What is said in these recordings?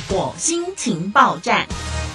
火星情报站。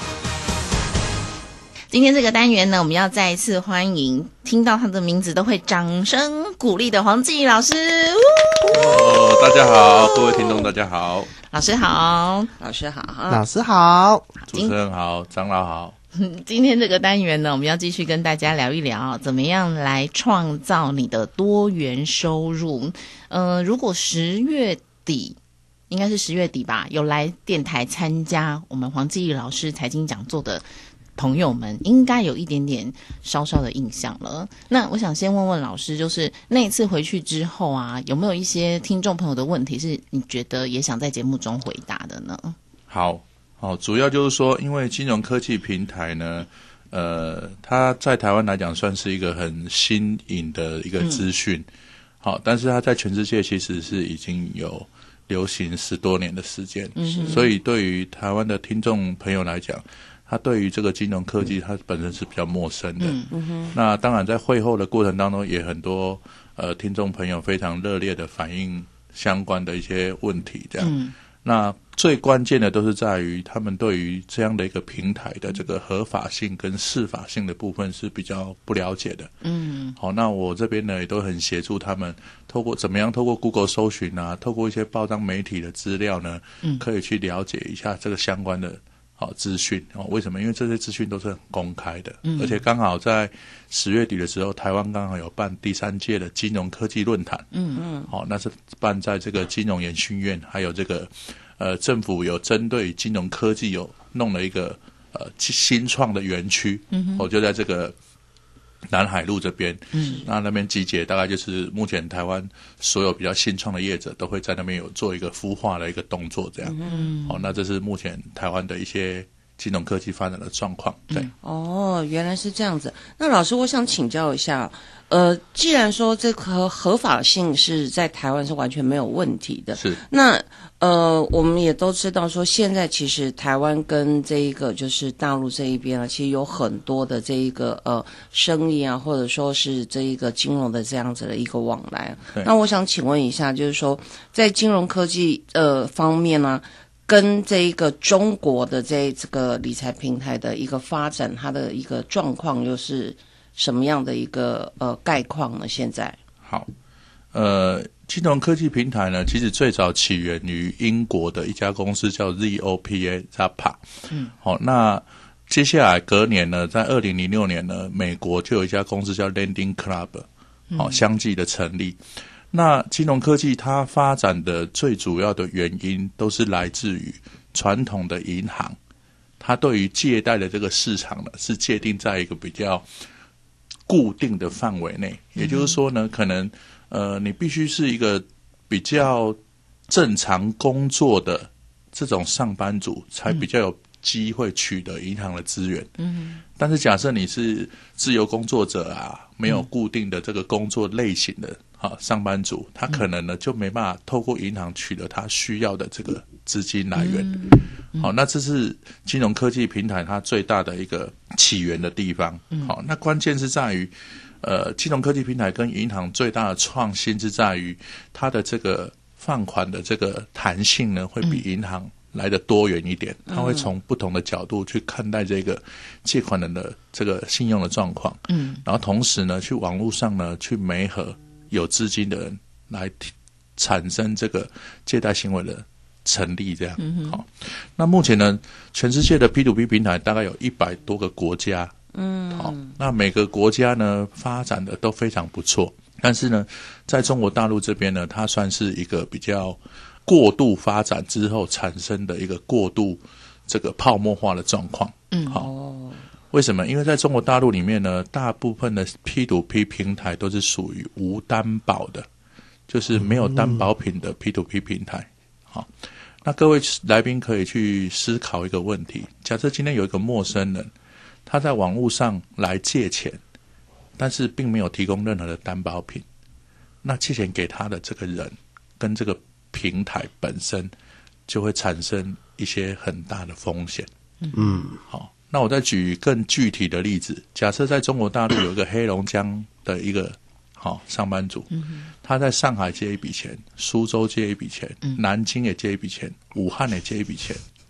今天这个单元呢，我们要再一次欢迎听到他的名字都会掌声鼓励的黄季老师。 大家好，各位听众大家好， 老师好， 老师好， 老师好， 主持人好，长老好。 今天这个单元呢，我们要继续跟大家聊一聊怎么样来创造你的多元收入。如果10月底，应该是10月底吧，有来电台参加我们黄季老师财经讲座的朋友们，应该有一点点稍稍的印象了。那我想先问问老师，就是那一次回去之后啊，有没有一些听众朋友的问题是你觉得也想在节目中回答的呢？ 好，主要就是说，因为金融科技平台呢，它在台湾来讲算是一个很新颖的一个资讯，好，但是它在全世界其实是已经有流行10多年的时间，所以对于台湾的听众朋友来讲，他对于这个金融科技，他本身是比较陌生的。那当然，在会后的过程当中，也很多听众朋友非常热烈的反映相关的一些问题，这样。那最关键的都是在于他们对于这样的一个平台的这个合法性跟适法性的部分是比较不了解的。好，那我这边呢也都很协助他们，怎么样透过 Google 搜寻啊，透过一些报章媒体的资料呢，可以去了解一下这个相关的资讯。为什么？因为这些资讯都是很公开的，而且刚好在10月底的时候，台湾刚好有办第3届的金融科技论坛。那是办在这个金融研训院，还有这个政府有针对金融科技有弄了一个新创的园区，就在这个南海路这边，那边集结大概就是目前台湾所有比较新创的业者都会在那边有做一个孵化的一个动作，这样。那这是目前台湾的一些金融科技发展的状况。对， 原来是这样子。那老师，我想请教一下，既然说这个合法性是在台湾是完全没有问题的， 是那我们也都知道说，现在其实台湾跟这一个就是大陆这一边啊，其实有很多的这一个生意啊，或者说是这一个金融的这样子的一个往来。那我想请问一下，就是说在金融科技方面呢，跟这一个中国的这个理财平台的一个发展，它的一个状况又是什么样的一个概况呢？现在好，金融科技平台呢，其实最早起源于英国的一家公司叫 Zopa。那接下来隔年呢，在2006年呢，美国就有一家公司叫 Lending Club，相继的成立。那金融科技它发展的最主要的原因，都是来自于传统的银行，它对于借贷的这个市场呢，是界定在一个比较固定的范围内。也就是说呢，可能你必须是一个比较正常工作的这种上班族，才比较有机会取得银行的资源。但是假设你是自由工作者啊，没有固定的这个工作类型的上班族，他可能呢就没办法透过银行取得他需要的这个资金来源。那这是金融科技平台它最大的一个起源的地方。那关键是在于金融科技平台跟银行最大的创新是在于它的这个放款的这个弹性呢，会比银行来的多元一点。它会从不同的角度去看待这个借款人的这个信用的状况。然后同时呢，去网络上呢去媒合有资金的人来产生这个借贷行为的成立，这样。那目前呢，全世界的 P2P 平台大概有100多个国家。那每个国家呢发展的都非常不错，但是呢，在中国大陆这边呢，它算是一个比较过度发展之后产生的一个过度这个泡沫化的状况。为什么？因为在中国大陆里面呢，大部分的 P2P 平台都是属于无担保的，就是没有担保品的 P2P 平台。那各位来宾可以去思考一个问题：假设今天有一个陌生人，他在网络上来借钱，但是并没有提供任何的担保品，那借钱给他的这个人跟这个平台本身就会产生一些很大的风险。好，那我再举更具体的例子，假设在中国大陆有一个黑龙江的一个上班族，他在上海借一笔钱，苏州借一笔钱，南京也借一笔钱，武汉也借一笔钱，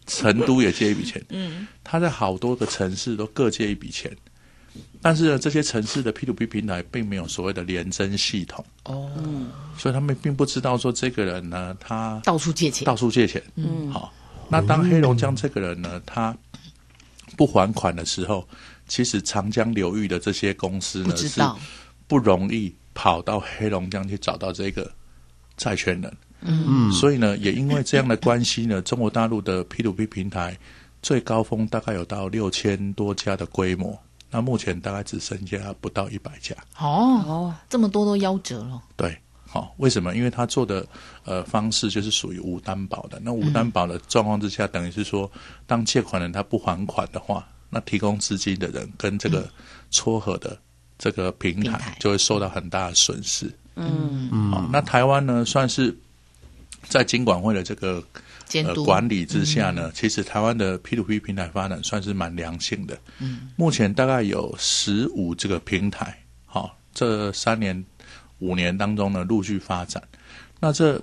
成都也借一笔钱，他在好多个城市都各借一笔钱。但是呢，这些城市的 P2P 平台并没有所谓的联征系统所以他们并不知道说这个人呢，他到处借钱， 好，那当黑龙江这个人呢，他不还款的时候，其实长江流域的这些公司呢是不容易跑到黑龙江去找到这个债权人。所以呢，也因为这样的关系呢，中国大陆的 P2P 平台最高峰大概有到6000多家的规模。那目前大概只剩下不到100家。 这么多都夭折了。 对，为什么？因为他做的方式就是属于无担保的。那无担保的状况之下，等于是说，当借款人他不还款的话，那提供资金的人跟这个撮合的这个平台就会受到很大的损失。那台湾呢，算是在金管会的这个管理之下呢，其实台湾的 P2P 平台发展算是蛮良性的。目前大概有15这个平台，这3年5年当中呢陆续发展。那这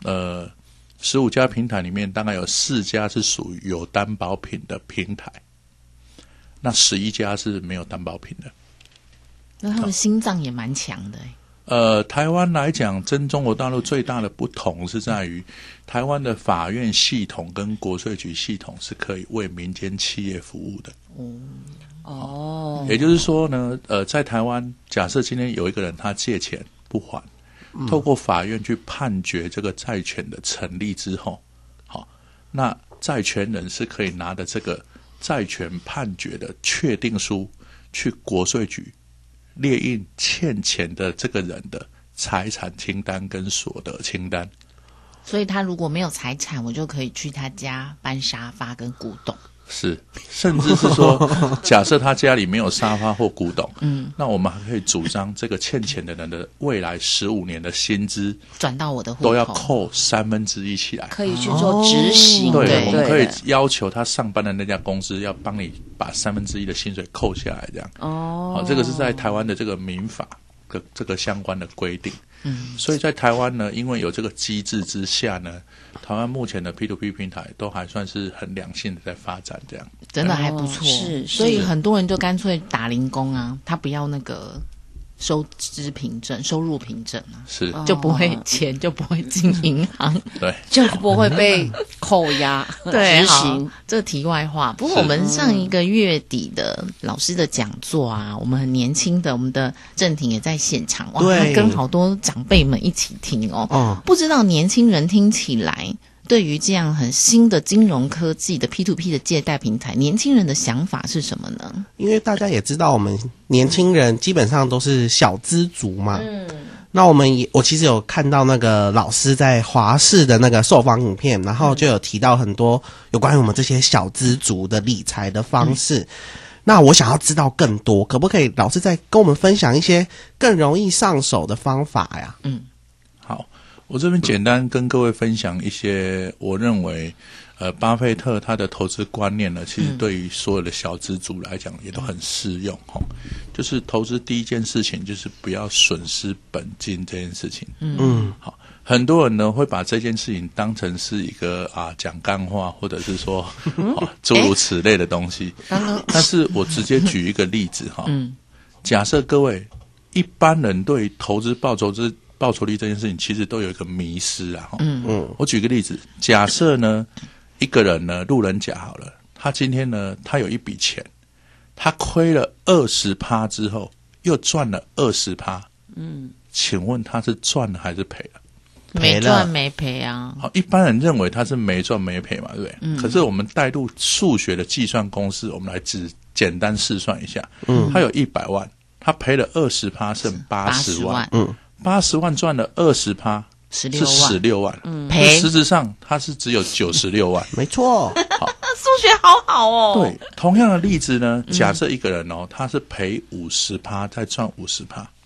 15家平台里面，大概有4家是属于有担保品的平台，那11家是没有担保品的。 那他们心脏也蛮强的台湾来讲，跟中国大陆最大的不同是在于，台湾的法院系统跟国税局系统是可以为民间企业服务的。也就是说呢，在台湾，假设今天有一个人他借钱不还，透过法院去判决这个债权的成立之后，那债权人是可以拿着这个债权判决的确定书去国税局列印欠钱的这个人的财产清单跟所得清单。 所以他如果没有财产，我就可以去他家搬沙发跟古董。 是，甚至是说，假设他家里没有沙发或古董，那我们还可以主张这个欠钱的人的未来15年的薪资转到我的户口， 都要扣1/3起来， 可以去做执行。 对，我们可以要求他上班的那家公司要帮你把1/3的薪水扣下来，这样。这个是在台湾的这个民法的这个相关的规定。所以在台湾呢，因为有这个机制之下呢，台湾目前的 P2P 平台都还算是很良性的在发展，这样真的还不错。所以很多人就干脆打零工啊，他不要那个收支凭证、收入凭证啊， 是就不会钱就不会进银行， 对， 就不会被扣押。 对， 执行。 这题外话。不过我们上一个月底的老师的讲座啊，我们很年轻的，我们的郑婷也在现场，哇，他跟好多长辈们一起听哦。不知道年轻人听起来，对于这样很新的金融科技的 P2P 的借贷平台，年轻人的想法是什么呢？ 因为大家也知道，我们年轻人基本上都是小资族嘛。那我其实有看到那个老师在华视的那个受访影片，然后就有提到很多有关于我们这些小资族的理财的方式。那我想要知道更多，可不可以老师再跟我们分享一些更容易上手的方法呀？ 好，我这边简单跟各位分享一些我认为巴菲特他的投资观念呢，其实对于所有的小资族来讲也都很适用就是投资第一件事情就是不要损失本金这件事情。好，很多人呢会把这件事情当成是一个讲干话，或者是说诸如此类的东西。但是我直接举一个例子假设各位一般人对于投资报酬率这件事情其实都有一个迷思啊。我举个例子，假设呢一个人呢路人甲好了，他今天呢他有一笔钱，他亏了20%之后又赚了20%，请问他是赚了还是赔了？ 没赚没赔啊。 好，一般人认为他是没赚没赔嘛，对不对？可是我们带入数学的计算公式，我们来简单试算一下。他有100万，他赔了20%，剩80万。80万赚了20%。是16万，赔实质上它是只有96万， 没错。 好，数学好哦。 对，同样的例子呢，假设一个人他是赔50%再赚50%，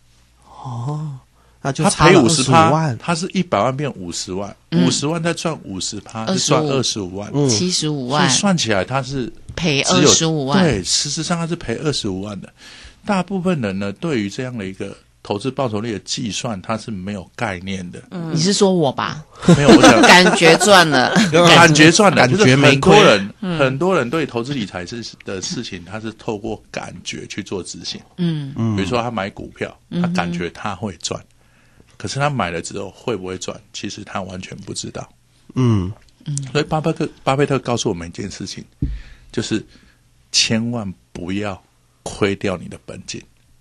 那就他赔 50%万， 他是100万变50万，50万再赚50%，是赚25万 ，75万， 所以算起来他是赔25万。 对，事实上他是赔25万的。大部分人呢，对于这样的一个投资报酬率的计算，它是没有概念的。 你是说我吧？ 没有，我讲感觉赚了， 感觉赚的， 感觉就是没亏很多人对投资理财的事情，他是透过感觉去做执行。比如说他买股票，他感觉他会赚，可是他买了之后会不会赚，其实他完全不知道。所以巴菲特告诉我们一件事情，就是千万不要亏掉你的本金。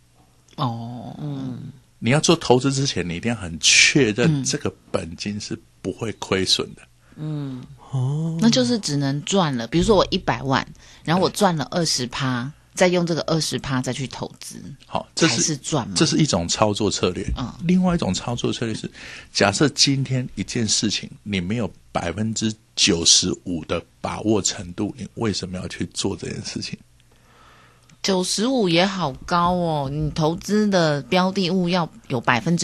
你要做投资之前，你一定要很确认这个本金是不会亏损的。 那就是只能赚了。比如说我100万，然后我赚了20%，再用这个20%再去投资， 好，这才是赚吗？ 这是一种操作策略。另外一种操作策略是，假设今天一件事情你没有95%的把握程度，你为什么要去做这件事情 ？95%也好高哦，你投资的标的物要有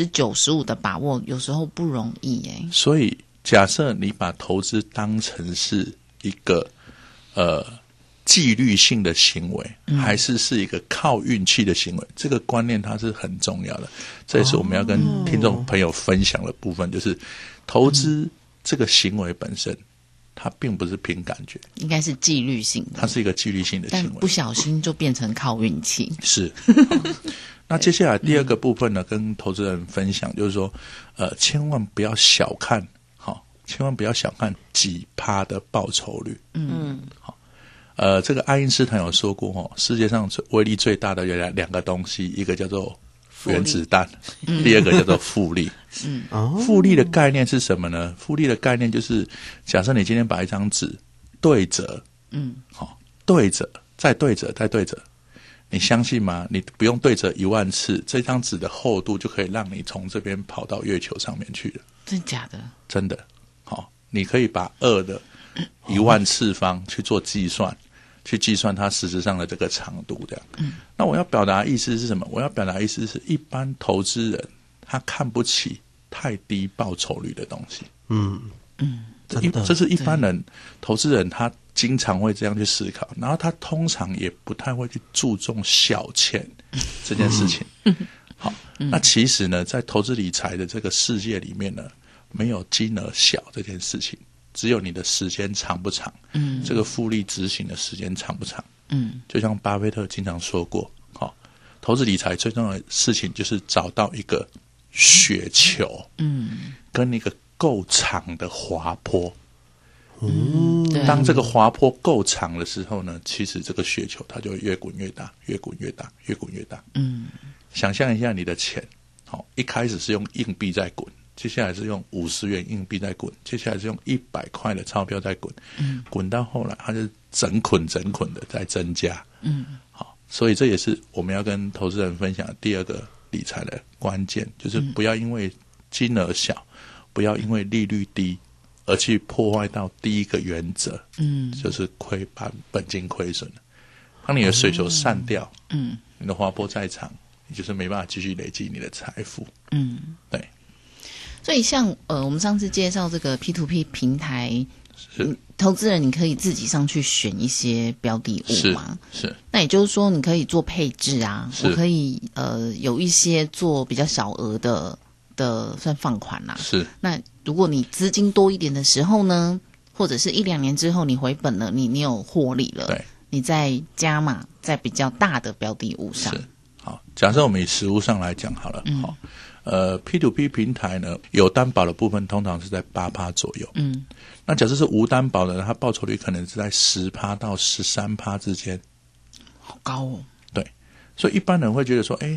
95%的把握，有时候不容易耶。 所以，假设你把投资当成是一个纪律性的行为，还是一个靠运气的行为，这个观念它是很重要的。这也是我们要跟听众朋友分享的部分，就是投资这个行为本身，它并不是凭感觉， 应该是纪律性的， 它是一个纪律性的行为， 但不小心就变成靠运气。 是。那接下来第二个部分呢，跟投资人分享，就是说，千万不要小看，千万不要小看几%的报酬率。这个爱因斯坦有说过，世界上威力最大的有两个东西，一个叫做原子弹，第二个叫做复利。复利的概念是什么呢？复利的概念就是，假设你今天把一张纸对折，对折，再对折，再对折，你相信吗？你不用对折1万次，这张纸的厚度就可以让你从这边跑到月球上面去了。 真假的？ 真的。你可以把2的1万次方去做计算，去计算它实质上的这个长度，这样。那我要表达的意思是什么？我要表达的意思是一般投资人他看不起太低报酬率的东西。这是一般人投资人他经常会这样去思考，然后他通常也不太会去注重小钱这件事情。好，那其实呢，在投资理财的这个世界里面呢，没有金额小这件事情，只有你的时间长不长，这个复利执行的时间长不长。就像巴菲特经常说过，投资理财最重要的事情就是找到一个雪球，跟一个够长的滑坡。当这个滑坡够长的时候呢，其实这个雪球它就会越滚越大，越滚越大，越滚越大。想象一下你的钱，一开始是用硬币在滚，接下来是用50元硬币在滚，接下来是用100块的钞票在滚，滚到后来它就整捆的在增加。好，所以这也是我们要跟投资人分享的第二个理财的关键，就是不要因为金额小，不要因为利率低而去破坏到第一个原则，就是把本金亏损了。当你的水球散掉，你的滑坡再长，你就是没办法继续累积你的财富。对。 所以像我们上次介绍这个 P2P 平台，投资人你可以自己上去选一些标的物嘛？ 是。 那也就是说，你可以做配置啊，我可以有一些做比较小额的算放款啦。 是。 那如果你资金多一点的时候呢，或者是1-2年之后你回本了，你有获利了， 对， 你再加码在比较大的标的物上。 是。好，假设我们以实物上来讲好了，P2P 平台呢，有担保的部分通常是在8%左右。那假设是无担保的，它报酬率可能是在10%到13%之间。 好高哦。 对，所以一般人会觉得说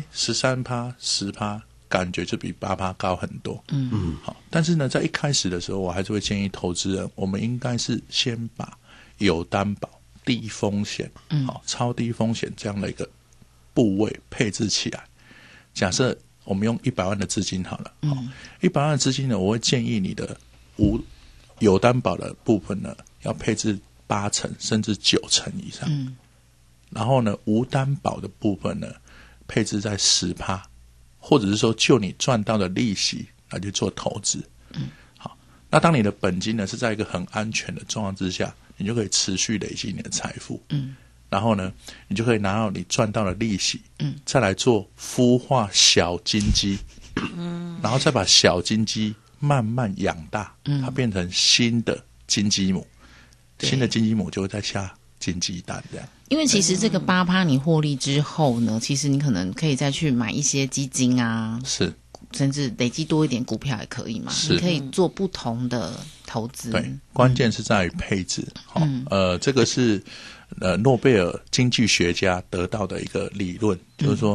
，13%、10%感觉就比8%高很多。好，但是呢，在一开始的时候，我还是会建议投资人，我们应该是先把有担保、低风险、超低风险这样的一个部位配置起来。假设我们用100万的资金好了，100万的资金呢，我会建议你的有担保的部分呢，要配置80%甚至90%以上。然后呢，无担保的部分呢，配置在10%，或者是说就你赚到的利息来去做投资。好，那当你的本金呢是在一个很安全的状况之下，你就可以持续累积你的财富。 然后呢，你就可以拿到你赚到的利息，再来做孵化小金鸡，然后再把小金鸡慢慢养大，它变成新的金鸡母，新的金鸡母就会再下金鸡蛋这样。 因为其实这个8%你获利之后呢，其实你可能可以再去买一些基金啊， 是， 甚至累积多一点股票也可以嘛，你可以做不同的投资。 对，关键是在于配置。这个是诺贝尔经济学家得到的一个理论，就是说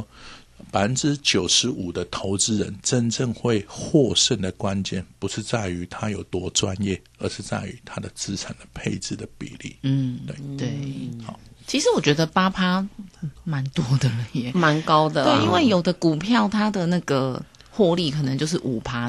95%的投资人真正会获胜的关键，不是在于他有多专业，而是在于他的资产的配置的比例。 对。好，其实我觉得8%蛮多的了耶， 蛮高的。 对，因为有的股票它的那个获利可能就是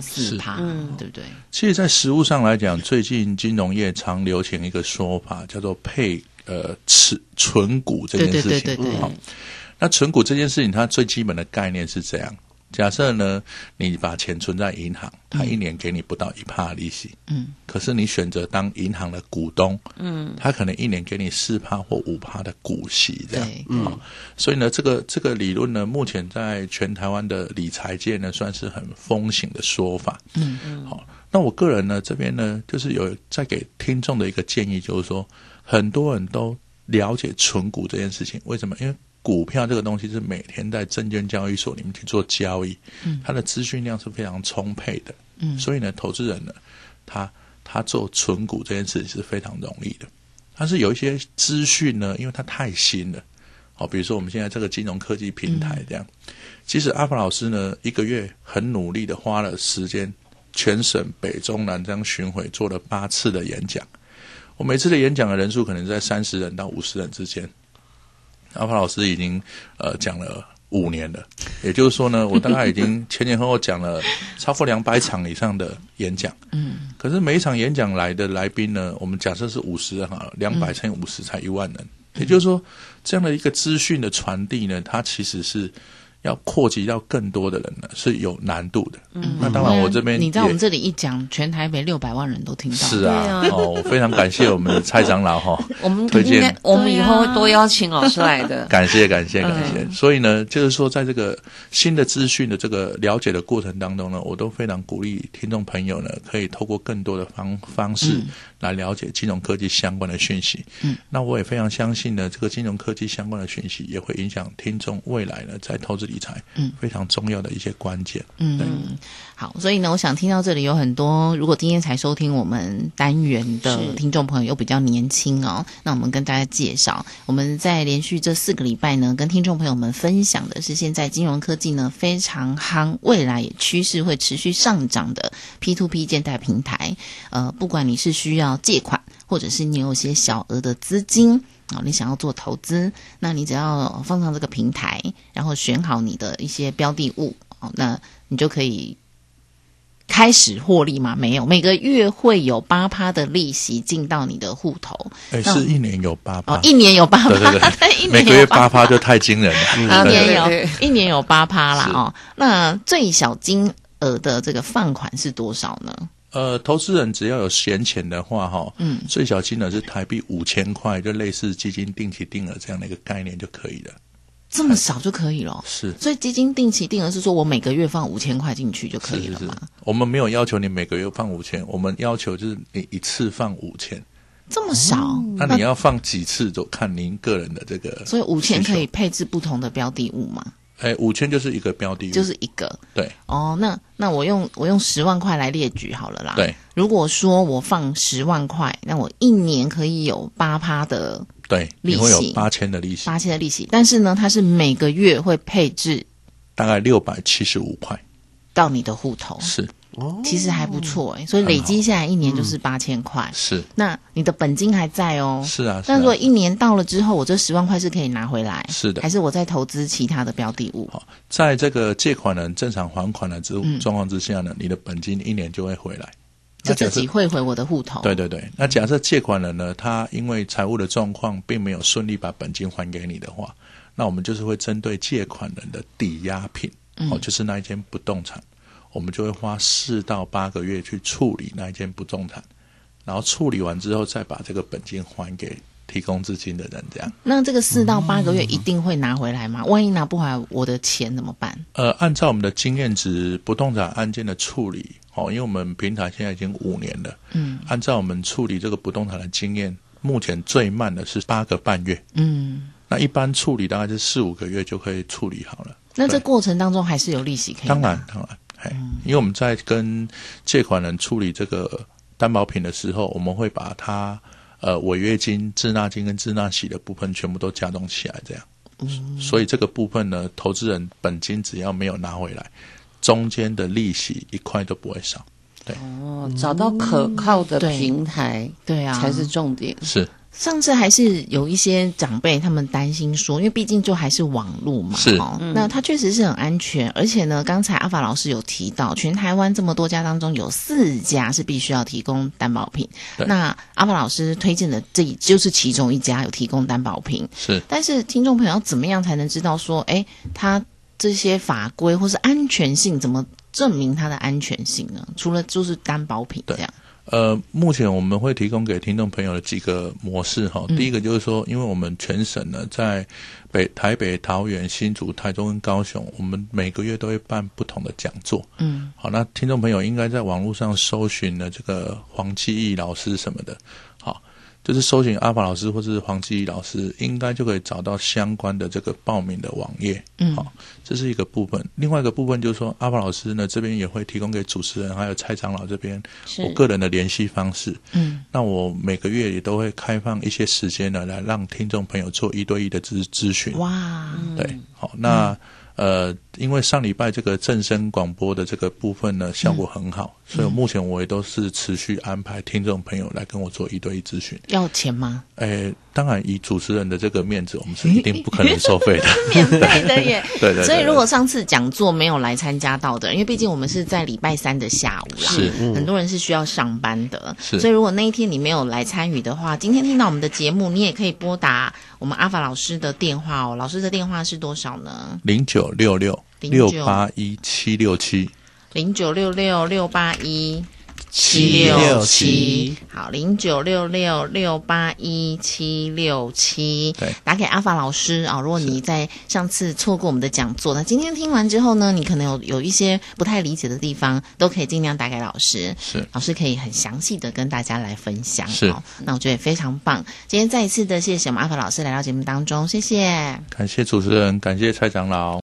5%、4%，对不对？ 其实，在实务上来讲，最近金融业常流行一个说法，叫做存股这件事情。对。那存股这件事情，它最基本的概念是这样：假设呢，你把钱存在银行，它一年给你不到1%利息，可是你选择当银行的股东，它可能一年给你4%或5%的股息，这样。所以呢，这个理论呢，目前在全台湾的理财界呢，算是很风行的说法。好，那我个人呢，这边呢，就是有在给听众的一个建议，就是说，很多人都了解存股这件事情，为什么？因为股票这个东西是每天在证券交易所里面去做交易，它的资讯量是非常充沛的，所以呢，投资人呢，他做存股这件事情是非常容易的。但是有一些资讯呢，因为它太新了，比如说我们现在这个金融科技平台这样，其实阿法老师呢，一个月很努力的花了时间，全省北中南这样巡回做了8次的演讲，我每次的演讲的人数可能在30人到50人之间。阿法老师已经讲了5年了，也就是说呢，我大概已经前后讲了超过200场以上的演讲。可是每一场演讲来的来宾呢，我们假设是50人好了，200乘以50才1万人。也就是说，这样的一个资讯的传递呢，它其实是要扩及到更多的人呢，是有难度的。那当然我这边你在我们这里一讲，全台北600万人都听到。 是啊，我非常感谢我们的蔡长老我们推荐， 我们以后会多邀请老师来的。 感谢。所以呢，就是说在这个新的资讯的这个了解的过程当中呢，我都非常鼓励听众朋友呢，可以透过更多的方式来了解金融科技相关的讯息。那我也非常相信呢，这个金融科技相关的讯息也会影响听众未来呢在投资理财非常重要的一些关键。 好，所以呢，我想听到这里有很多，如果今天才收听我们单元的听众朋友又比较年轻哦，那我们跟大家介绍，我们在连续这4个礼拜呢，跟听众朋友们分享的是现在金融科技呢非常夯，未来也趋势会持续上涨的 P2P 借贷平台。不管你是需要借款，或者是你有些小额的资金，你想要做投资，那你只要放上这个平台，然后选好你的一些标的物，那你就可以开始获利吗？没有，每个月会有8%的利息进到你的户头。 是1年有8%， 一年有8%， 对，每个月8%就太惊人了。 一年有8%啦。那最小金额的这个放款是多少呢？ 投资人只要有闲钱的话，最小金额是台币5000块，就类似基金定期定额这样的一个概念就可以了。 这么少就可以了？ 是。 所以基金定期定额是说我每个月放5000块进去就可以了吗？ 我们没有要求你每个月放5000，我们要求就是你一次放5000。 这么少？ 那你要放几次就看您个人的这个。 所以5000可以配置不同的标的物吗 ？5000就是一个标的物， 就是一个。 对。 那我用10万块来列举好了啦。 对。 如果说我放10万块，那我一年可以有8%的利息， 你会有8000的利息 ，8000的利息。但是呢，它是每个月会配置大概675块到你的户头。 是。 其实还不错所以累积下来一年就是8000块。 是。 那你的本金还在哦。 是啊。 但如果一年到了之后，我这10万块是可以拿回来。 是的。 还是我在投资其他的标的物？ 在这个借款人正常还款的状况之下呢，你的本金一年就会回来， 就自己汇回我的户头。 对。那假设借款人呢，他因为财务的状况并没有顺利把本金还给你的话，那我们就是会针对借款人的抵押品，就是那一间不动产，我们就会花4到8个月去处理那一间不动产，然后处理完之后再把这个本金还给提供资金的人这样。 那这个4到8个月一定会拿回来吗？万一拿不回来，我的钱怎么办？ 按照我们的经验值，不动产案件的处理，因为我们平台现在已经5年了，按照我们处理这个不动产的经验，目前最慢的是8个半月，那一般处理大概是4、5个月就可以处理好了。 那这过程当中还是有利息可以拿？ 当然，因为我们在跟借款人处理这个担保品的时候，我们会把它违约金、滞纳金跟滞纳息的部分全部都加总起来，这样。所以这个部分呢，投资人本金只要没有拿回来，中间的利息1块都不会少。对， 找到可靠的平台， 对啊， 才是重点。 是。 上次还是有一些长辈他们担心说，因为毕竟就还是网路嘛， 是， 那它确实是很安全，而且呢，刚才阿法老师有提到，全台湾这么多家当中有4家是必须要提供担保品，那阿法老师推荐的这就是其中一家有提供担保品， 是， 但是听众朋友要怎么样才能知道说，他这些法规或是安全性怎么证明它的安全性呢？除了就是担保品这样。 目前我们会提供给听众朋友的几个模式哈。第一个就是说，因为我们全省呢，在台北、桃园、新竹、台中跟高雄，我们每个月都会办不同的讲座。好，那听众朋友应该在网络上搜寻了这个黄基义老师什么的，好，就是搜寻阿法老师或是黄基义老师，应该就可以找到相关的这个报名的网页。好，这是一个部分。另外一个部分就是说，阿法老师呢这边也会提供给主持人还有蔡长老这边我个人的联系方式。那我每个月也都会开放一些时间呢，来让听众朋友做1对1的咨询。 哇， 对，好，那因为上礼拜这个正声广播的这个部分呢，效果很好，所以目前我也都是持续安排听众朋友来跟我做1对1咨询。 要钱吗？ 当然以主持人的这个面子，我们是一定不可能收费的， 免费的耶。 对。 所以如果上次讲座没有来参加到的，因为毕竟我们是在礼拜3的下午啦， 是很多人是需要上班的， 是。 所以如果那一天你没有来参与的话，今天听到我们的节目，你也可以拨打我们阿法老师的电话哦。老师的电话是多少呢？0966-681-767 0966-681-767，好，0966-681-767， 对， 打给阿法老师啊。如果你在上次错过我们的讲座，那今天听完之后呢，你可能有一些不太理解的地方，都可以尽量打给老师， 是， 老师可以很详细的跟大家来分享。 是， 那我觉得也非常棒。今天再一次的谢谢我们阿法老师来到节目当中，谢谢， 感谢主持人，感谢蔡长老。